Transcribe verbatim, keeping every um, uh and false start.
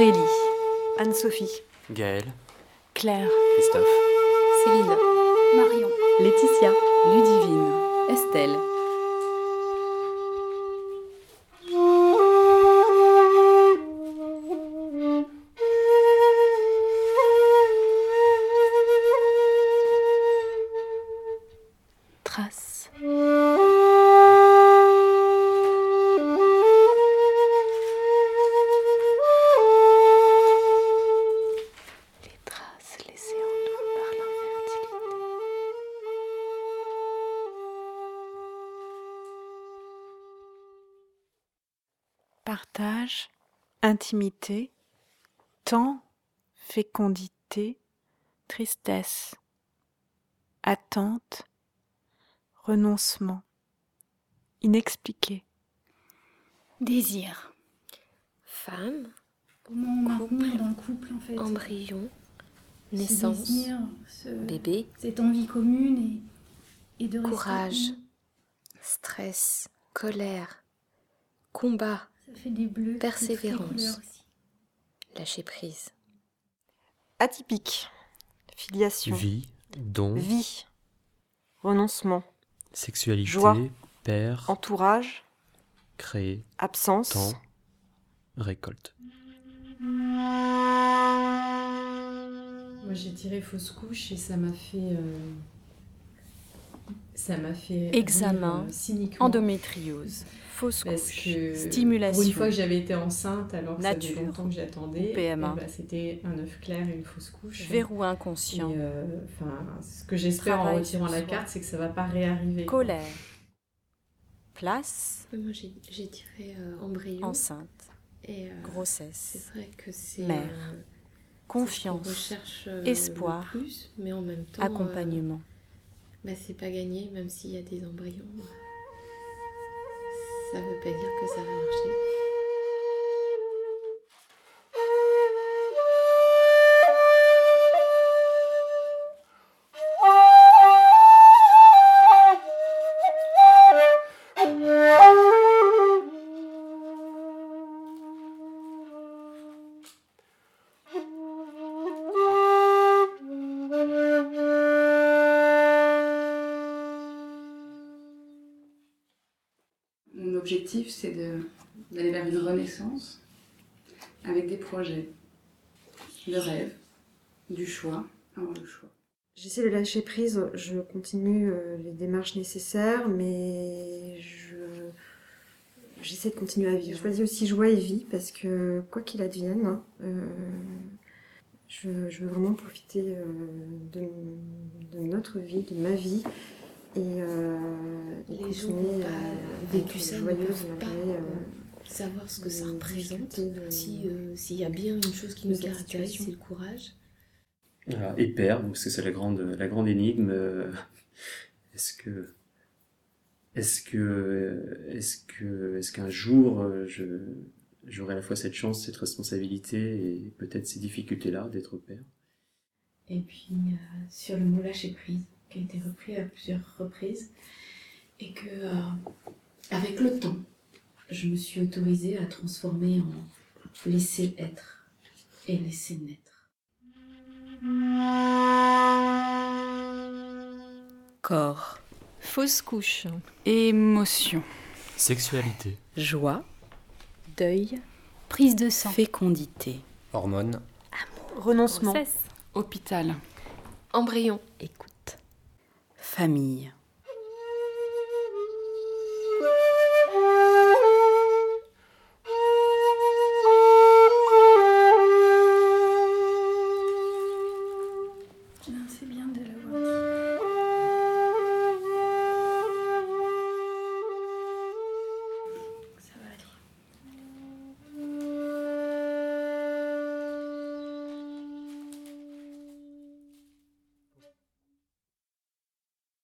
Aurélie, Anne-Sophie, Gaël, Claire, Christophe, Céline, Marion, Laetitia, Ludivine, Estelle. Trace. Les traces laissées en nous par l'infertilité. partage, intimité, temps, fécondité, tristesse, attente, renoncement, inexpliqué. désir. Femme, Comment Couple. maintenir dans le couple en fait embryon, ce naissance, désir, ce- bébé, cette envie commune et, et de rester courage, unis. stress, colère, combat, Ça fait des bleus, persévérance. des couleurs aussi. lâcher prise. Atypique, filiation, vie, don, vie, renoncement, sexualité, joie, père, entourage, créer, absence, temps, récolte. Moi j'ai tiré fausse couche et ça m'a fait euh, ça m'a fait rire, Examen, euh, cyniquement. endométriose, fausse Parce couche, que stimulation, pour une fois que j'avais été enceinte alors que ça nature, faisait longtemps que j'attendais, ou P M A. et bah, c'était un œuf clair et une fausse couche. verrou Et, inconscient, euh, enfin, ce que j'espère en Travail retirant sur la soi. carte, c'est que ça va pas réarriver. quoi. colère, place, Moi j'ai, j'ai tiré euh, embryon. enceinte, Et euh, c'est grossesse, vrai que c'est Mère. euh, confiance, c'est ce qu'on recherche euh, espoir, le plus, mais en même temps, accompagnement. euh, bah, c'est pas gagné, même s'il y a des embryons. Ça veut pas dire que ça va marcher. Mon objectif, c'est de, d'aller vers une renaissance avec des projets, de rêve, du choix, avoir le choix. J'essaie de lâcher prise, je continue euh, les démarches nécessaires, mais je j'essaie de continuer à vivre. Je choisis aussi joie et vie parce que quoi qu'il advienne, hein, euh, je, je veux vraiment profiter euh, de, de notre vie, de ma vie et, euh, et Les gens continuer n'ont pas à vécu être ça, ne joyeuse peuvent pas malgré. euh, savoir ce que ça de représente. discuter de- Si, euh, s'il y a bien une chose qui de nous cette caractérise, situation. c'est le courage. Voilà, et père, parce que c'est la grande, la grande énigme. euh, Est-ce que, est-ce que, est-ce que, est-ce qu'un jour euh, je, j'aurai à la fois cette chance, cette responsabilité et peut-être ces difficultés-là d'être père? Et puis euh, sur le mot lâcher prise, qui a été repris à plusieurs reprises, et que euh, avec le temps, je me suis autorisée à transformer en laisser être et laisser naître. Corps, Fausse couche, Émotion, Sexualité, joie, deuil, prise de sang, fécondité, hormones, Renoncement, grossesse, hôpital, embryon, écoute, famille,